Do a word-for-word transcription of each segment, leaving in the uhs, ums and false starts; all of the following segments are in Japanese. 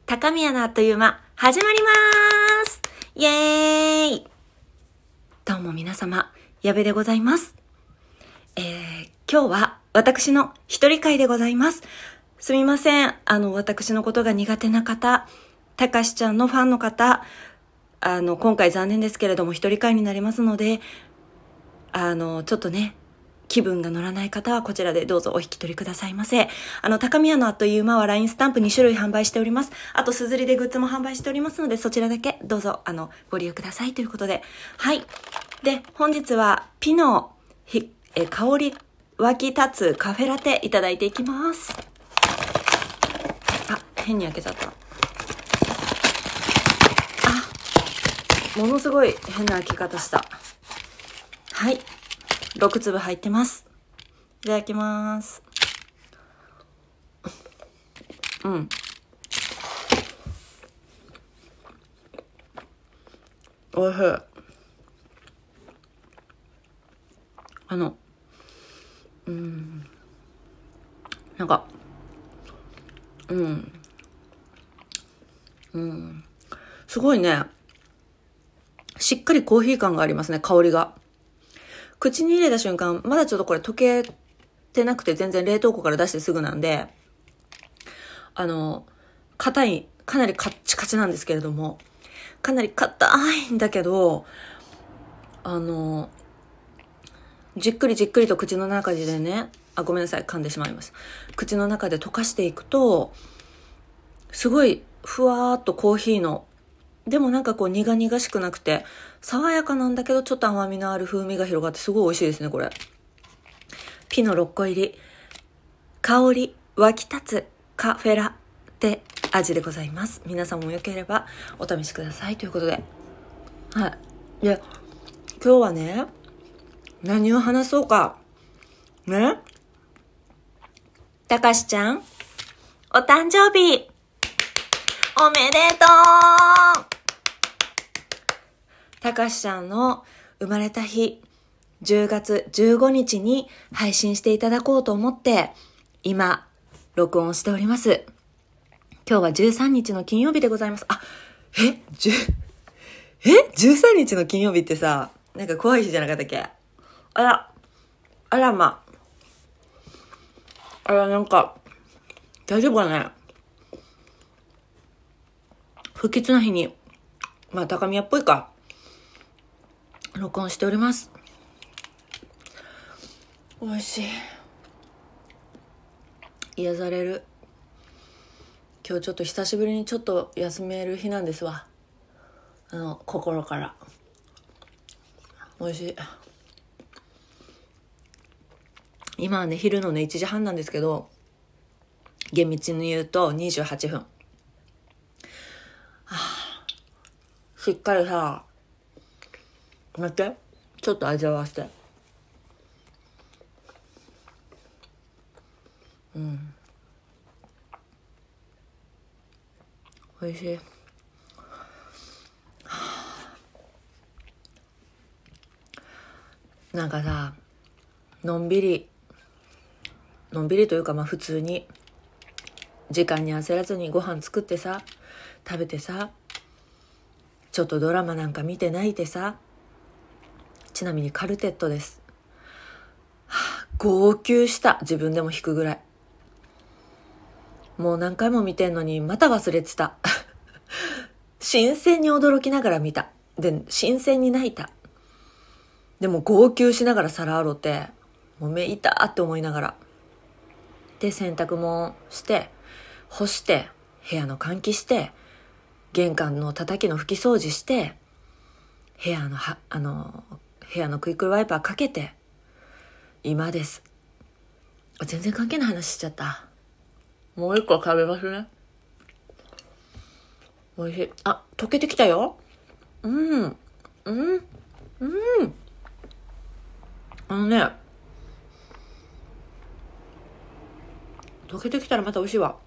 高宮のあっという間、始まります。イエーイ。どうも皆様、矢部でございます。えー、今日は私の一人会でございます。すみません。あの、私のことが苦手な方、たかしちゃんのファンの方、あの、今回残念ですけれども、一人会になりますので、あの、ちょっとね、気分が乗らない方はこちらでどうぞお引き取りくださいませ。あの、高宮のあっという間は ライン スタンプに種類販売しております。あと、すずりでグッズも販売しておりますので、そちらだけどうぞ、あの、ご利用くださいということで。はい。で、本日は、ピノ、ひ、え、香り湧き立つカフェラテいただいていきます。あ、変に開けちゃった。あ、ものすごい変な開け方した。はい。ろくつぶ入ってます。いただきます。うん。おいしい。あの、うん。なんか、うん。うん。すごいね。しっかりコーヒー感がありますね、香りが。口に入れた瞬間、まだちょっとこれ溶けてなくて全然冷凍庫から出してすぐなんで、あの、硬い、かなりカッチカチなんですけれども、かなり硬いんだけど、あの、じっくりじっくりと口の中でね、あ、ごめんなさい、噛んでしまいます。口の中で溶かしていくと、すごいふわーっとコーヒーの、でもなんかこう苦々しくなくて、爽やかなんだけどちょっと甘みのある風味が広がってすごい美味しいですね、これ。ピノろっこ入り、香り湧き立つカフェラテ味でございます。皆さんもよければお試しくださいということで。はい。で、今日はね、何を話そうか。ね。たかしちゃん、お誕生日おめでとう。たかしちゃんの生まれた日、じゅうがつじゅうごにちに配信していただこうと思って、今、録音しております。今日はじゅうさんにちの金曜日でございます。あ、え ?じゅう、え ?じゅうさんにちの金曜日ってさ、なんか怖い日じゃなかったっけ？あら、あらま。あら、なんか、大丈夫かね？不吉な日に、まあ高宮っぽいか、録音しております。美味しい。癒される。今日ちょっと久しぶりにちょっと休める日なんですわ。あの、心から。美味しい。今はね、昼のね、いちじはんなんですけど、厳密に言うとにじゅうはっぷん。はあ、しっかりさ、待って、ちょっと味わわせて。うん。美味しい。はあ、なんかさ、のんびり、のんびりというかまあ普通に、時間に焦らずにご飯作ってさ、食べてさ、ちょっとドラマなんか見て泣いてさ、ちなみにカルテットです。はあ、号泣した。自分でも引くぐらい。もう何回も見てんのにまた忘れてた。新鮮に驚きながら見た。で、新鮮に泣いた。でも号泣しながら皿洗って、もう目痛って思いながら。で、洗濯もして、干して、部屋の換気して、玄関の叩きの拭き掃除して、部屋のは、あの、部屋のクイックルワイパーかけて、今です。全然関係ない話しちゃった。もう一個食べますね。美味しい。あ、溶けてきたよ。うん。うん。うん。あのね、溶けてきたらまた美味しいわ。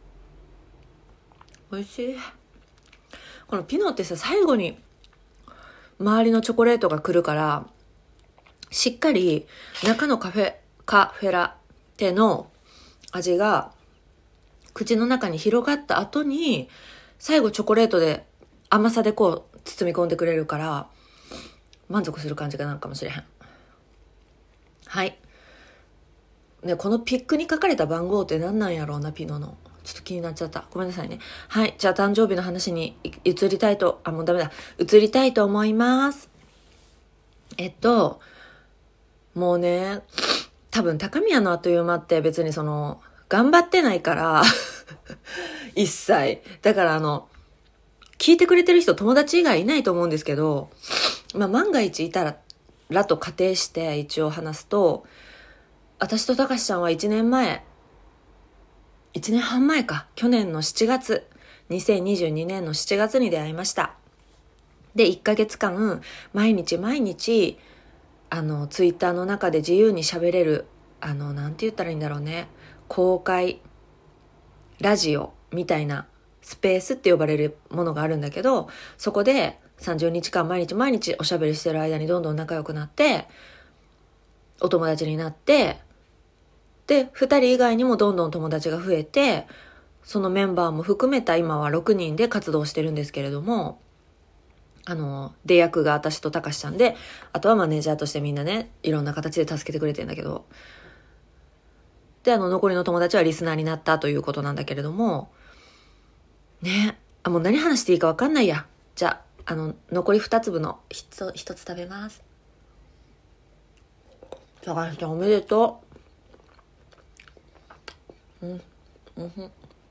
美味しい。このピノってさ、最後に周りのチョコレートが来るから、しっかり中のカフェ、カフェラテの味が口の中に広がった後に、最後チョコレートで甘さでこう包み込んでくれるから、満足する感じがなんかもしれへん。はい。ね、このピックに書かれた番号って何なんやろうな、ピノの。ちょっと気になっちゃった。ごめんなさいね。はい。じゃあ誕生日の話に移りたいと、あ、もうダメだ。移りたいと思います。えっと、もうね、多分高宮のあっという間って別にその、頑張ってないから、一切。だからあの、聞いてくれてる人友達以外いないと思うんですけど、まあ万が一いたら、らと仮定して一応話すと、私とたかしちゃんはいちねんまえ、いちねんはん前か、去年のしちがつ、にせんにじゅうにねんのしちがつに出会いました。で、いっかげつかん、毎日毎日、あの、ツイッターの中で自由に喋れる、あの、なんて言ったらいいんだろうね、公開、ラジオみたいなスペースって呼ばれるものがあるんだけど、そこでさんじゅうにちかん毎日毎日おしゃべりしてる間にどんどん仲良くなって、お友達になって、で、ふたり以外にもどんどん友達が増えて、そのメンバーも含めた今はろくにんで活動してるんですけれども、あの、出役が私とたかしちゃんで、あとはマネージャーとしてみんなね、いろんな形で助けてくれてるんだけど、で、あの、残りの友達はリスナーになったということなんだけれども、ね、あ、もう何話していいか分かんないや。じゃあ、あの、残りふたつぶのひとつ食べます。たかしちゃんおめでとう。うん、うん、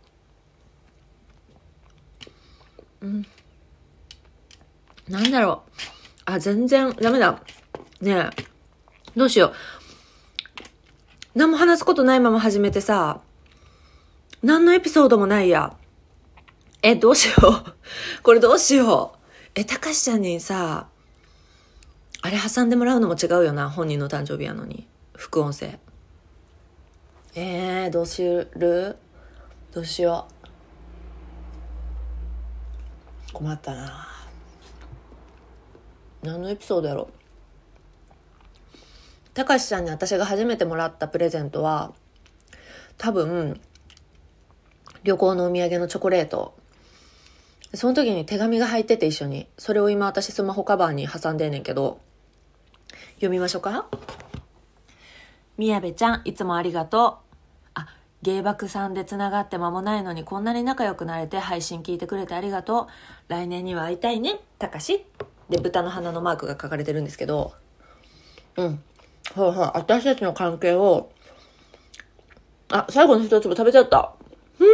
うん。なんだろう。あ、全然ダメだ。ねえ。どうしよう。何も話すことないまま始めてさ、何のエピソードもないや。え、どうしよう。これどうしよう。え、たかしちゃんにさ、あれ挟んでもらうのも違うよな。本人の誕生日やのに。副音声。えー、どうしるどうしよう。困ったな。何のエピソードやろ。たかしちゃんに私が初めてもらったプレゼントは、多分、旅行のお土産のチョコレート。その時に手紙が入ってて一緒に。それを今私スマホカバーに挟んでんねんけど。読みましょうか。みやべちゃん、いつもありがとう。あ、芸爆さんでつながって間もないのにこんなに仲良くなれて配信聞いてくれてありがとう。来年には会いたいね、たかし。で、豚の花のマークが書かれてるんですけど。うん。はいはい。私たちの関係を、あ、最後の一粒食べちゃった。ん？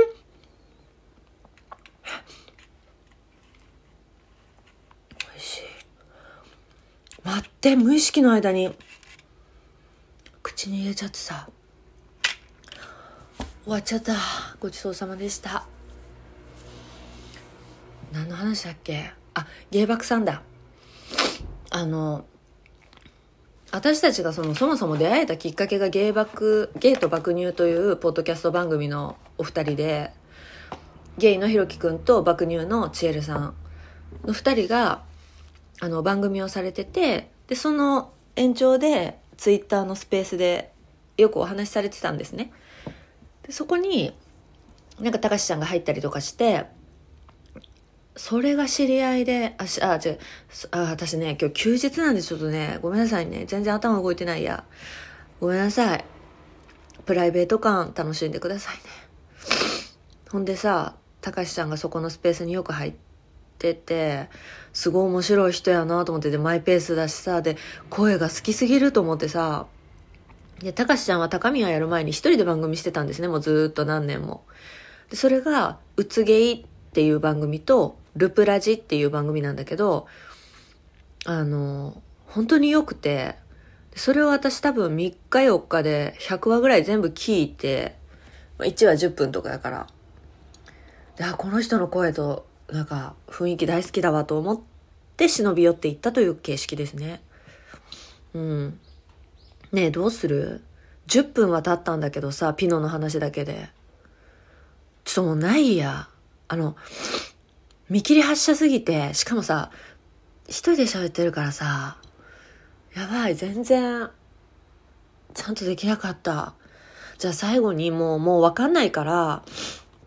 おいしい。待って、無意識の間に口に入れちゃってさ。終わっちゃった。ごちそうさまでした。何の話だっけ？あ、芸爆さんだ。あの、私たちがそのそもそも出会えたきっかけが芸爆、ゲイと爆乳というポッドキャスト番組のお二人で、ゲイのひろきくんと爆乳のちえるさんの二人があの番組をされてて、でその延長でツイッターのスペースでよくお話しされてたんですね。でそこになんかたかしちゃんが入ったりとかして、それが知り合いで、あ、しあ、違う、あ、私ね、今日休日なんでちょっとね、ごめんなさいね。全然頭動いてないや。ごめんなさい。プライベート感楽しんでくださいね。ほんでさ、たかしちゃんがそこのスペースによく入ってて、すごい面白い人やなと思ってて、マイペースだしさ、で、声が好きすぎると思ってさ、で、たかしちゃんは高宮やる前に一人で番組してたんですね、もうずーっと何年も。で、それが、うつゲイっていう番組と、ルプラジっていう番組なんだけど、あの、本当に良くて、それを私多分みっかよっかでひゃくわぐらい全部聞いて、いちわじゅっぷんとかやから、で、あ、この人の声と、なんか雰囲気大好きだわと思って忍び寄っていったという形式ですね。うん。ねえ、どうする？ じゅっ 分は経ったんだけどさ、ピノの話だけで。ちょっともうないや。あの、見切り発車すぎて、しかもさ、一人で喋ってるからさ、やばい、全然、ちゃんとできなかった。じゃあ最後にもう、もうわかんないから、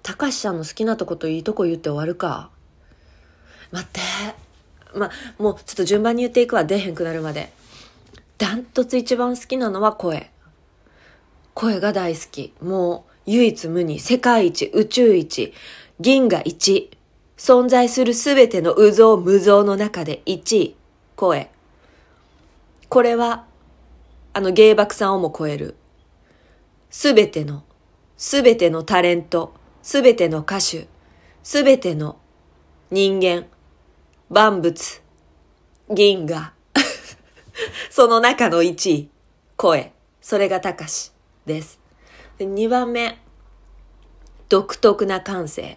たかしちゃんの好きなとこといいとこ言って終わるか。待って。ま、もうちょっと順番に言っていくわ。出へんくなるまで。ダントツ一番好きなのは声。声が大好き。もう唯一無二、世界一、宇宙一、銀河一。存在するすべての有象無象の中で一位。声。これは、あの芸爆さんをも超える。すべての、すべてのタレント、すべての歌手、すべての人間、万物、銀河。その中の一位、声。それがたかしです。で、二番目、独特な感性。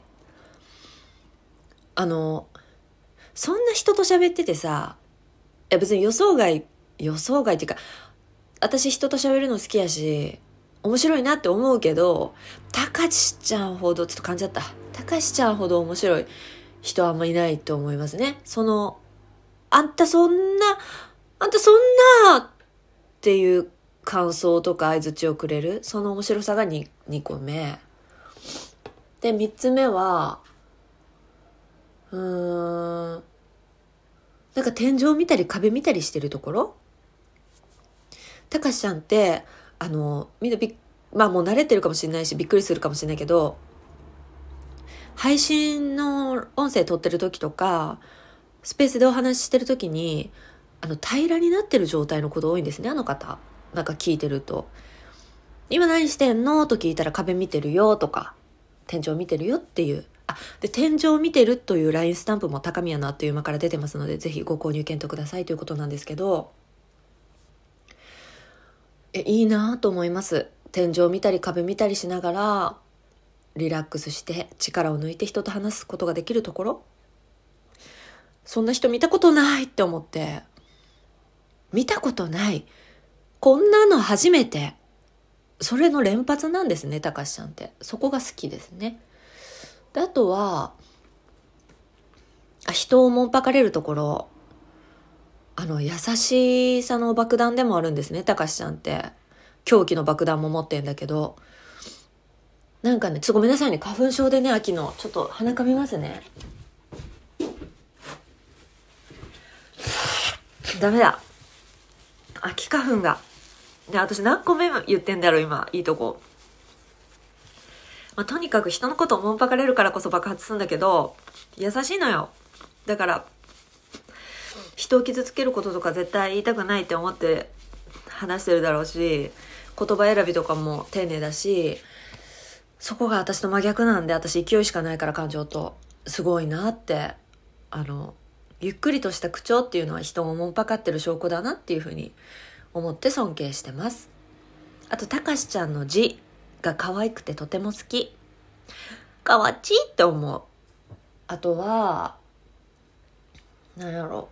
あの、そんな人と喋っててさ、いや別に予想外、予想外っていうか、私人と喋るの好きやし、面白いなって思うけど、たかしちゃんほど、ちょっと感じちゃった。たかしちゃんほど面白い人はあんまいないと思いますね。その、あんたそんな、あんたそんなっていう感想とか相槌をくれる、その面白さが 2, 2個目。で、みっつめは、うーん、なんか天井見たり壁見たりしてるところ。たかしちゃんって、あの、みんなびまあもう慣れてるかもしれないし、びっくりするかもしれないけど、配信の音声撮ってる時とか、スペースでお話ししてる時に、あの、平らになってる状態のこと多いんですね、あの方。なんか聞いてると。今何してんのと聞いたら壁見てるよとか、天井見てるよっていう。あ、で、天井見てるという ライン スタンプも高宮のあっという間から出てますので、ぜひご購入検討くださいということなんですけど、え、いいなと思います。天井見たり壁見たりしながら、リラックスして力を抜いて人と話すことができるところ。そんな人見たことないって思って、見たことない。こんなの初めて。それの連発なんですね、たかしちゃんって。そこが好きですね。で、あとは、あ、人をもんぱかれるところ。あの、優しさの爆弾でもあるんですね、たかしちゃんって。狂気の爆弾も持ってんだけど。なんかね、ちょっとごめんなさいね、花粉症でね、秋の。ちょっと鼻かみますね。ダメだ。秋花粉が。で、私何個目言ってんだろう、今。いいとこ。まあ、とにかく人のことをもんぱかれるからこそ爆発するんだけど、優しいのよ。だから、人を傷つけることとか絶対言いたくないって思って話してるだろうし、言葉選びとかも丁寧だし、そこが私と真逆なんで、私勢いしかないから感情と。すごいなって。あの、ゆっくりとした口調っていうのは人をもんぱかってる証拠だなっていうふうに思って尊敬してます。あと、たかしちゃんの字が可愛くてとても好き。かわちいって思う。あとは、なんやろ。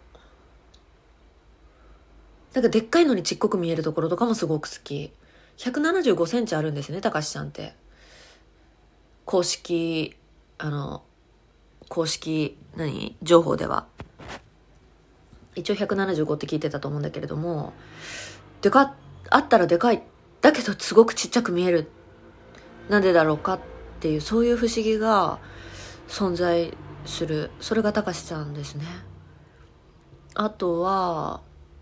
なんかでっかいのにちっこく見えるところとかもすごく好き。ひゃくななじゅうごセンチあるんですね、たかしちゃんって。公式、あの、公式、何情報では。一応ひゃくななじゅうごって聞いてたと思うんだけれども、でか、あったらでかい。だけどすごくちっちゃく見える。なんでだろうかっていう、そういう不思議が存在する。それがたかしちゃんですね。あとは、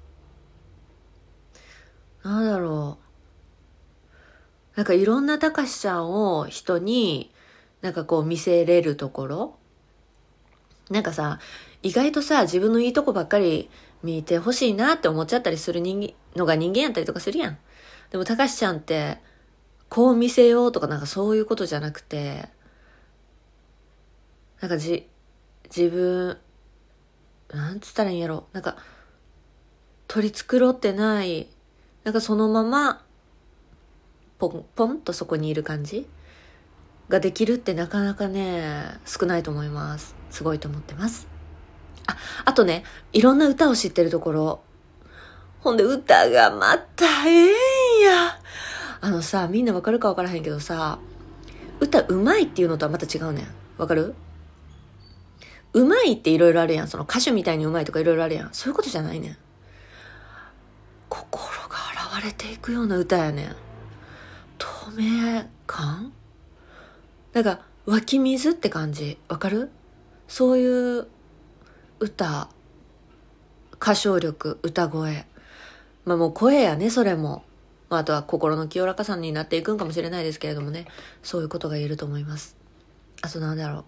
なんだろう。なんかいろんなたかしちゃんを人になんかこう見せれるところ。なんかさ、意外とさ、自分のいいとこばっかり見てほしいなって思っちゃったりする人間のが人間やったりとかするやん。でもたかしちゃんって、こう見せようとかなんかそういうことじゃなくて、なんかじ、自分、なんつったらいいんやろ。なんか、取り繕ってない、なんかそのまま、ポン、ポンとそこにいる感じができるってなかなかね、少ないと思います。すごいと思ってます。あ、あとね、いろんな歌を知ってるところ。ほんで歌がまたええんや。あのさ、みんなわかるかわからへんけどさ、歌うまいっていうのとはまた違うねん。わかる？うまいっていろいろあるやん。その歌手みたいにうまいとかいろいろあるやん。そういうことじゃないねん。心が現れていくような歌やねん。透明感？なんか、 湧き水って感じ。わかる？そういう歌、歌唱力、歌声。まあもう声やね、それも。まあ、あとは心の清らかさになっていくんかもしれないですけれどもね。そういうことが言えると思います。あとなんだろ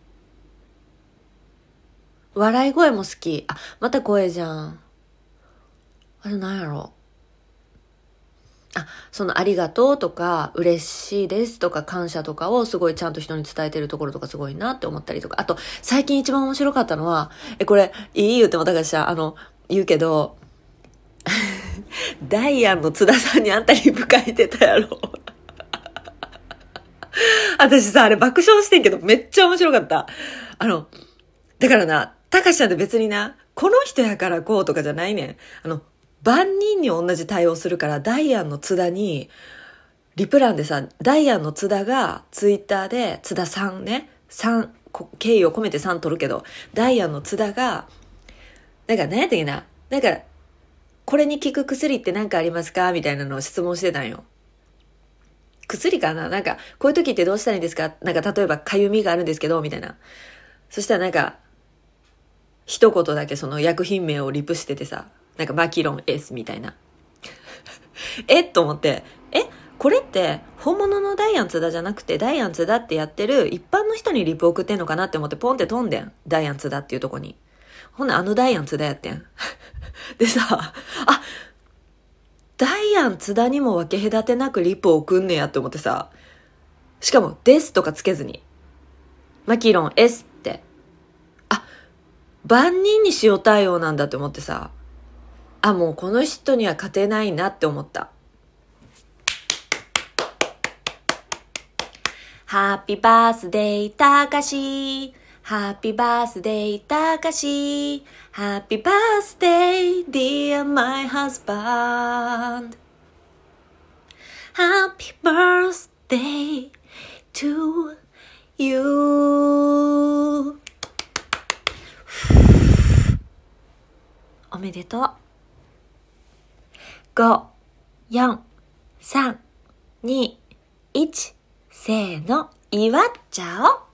う。笑い声も好き。あ、また声じゃん。あとなんやろう。あ、そのありがとうとか嬉しいですとか感謝とかをすごいちゃんと人に伝えてるところとかすごいなって思ったりとか。あと最近一番面白かったのは、え、これいい言っても高橋さん、あの、言うけど、ダイアンの津田さんにあんたリプ書いてたやろ。私さ、あれ爆笑してんけどめっちゃ面白かった。あの、だからな、高橋さんって別にな、この人やからこうとかじゃないねん。あの、万人に同じ対応するから、ダイアンの津田に、リプランでさ、ダイアンの津田がツイッターで、津田さんね、さん、敬意を込めてさん取るけど、ダイアンの津田が、なんか何やったっけな、なんか、これに効く薬って何かありますかみたいなのを質問してたんよ。薬かな、なんか、こういう時ってどうしたらいいんですか、なんか例えば、かゆみがあるんですけど、みたいな。そしたらなんか、一言だけその薬品名をリプしててさ、なんかマキロン S みたいな。えっと思って、えこれって本物のダイアン津田じゃなくて、ダイアン津田ってやってる一般の人にリプ送ってんのかなって思ってポンって飛んでん。ダイアン津田っていうとこに。ほんなあのダイアン津田やってん。でさ、あ、ダイアン津田にも分け隔てなくリプを送んねやって思ってさ、しかもですとかつけずに、マキロン S って、あ、万人に塩対応なんだって思ってさ、あ、もうこの人には勝てないなって思った。ハッピーバースデーたかし、ハッピーバースデーたかし、ハッピーバースデー dear my husband、 ハッピーバースデー to you。 おめでとう。ご、よん、さん、に、いち、せーの、祝っちゃおう。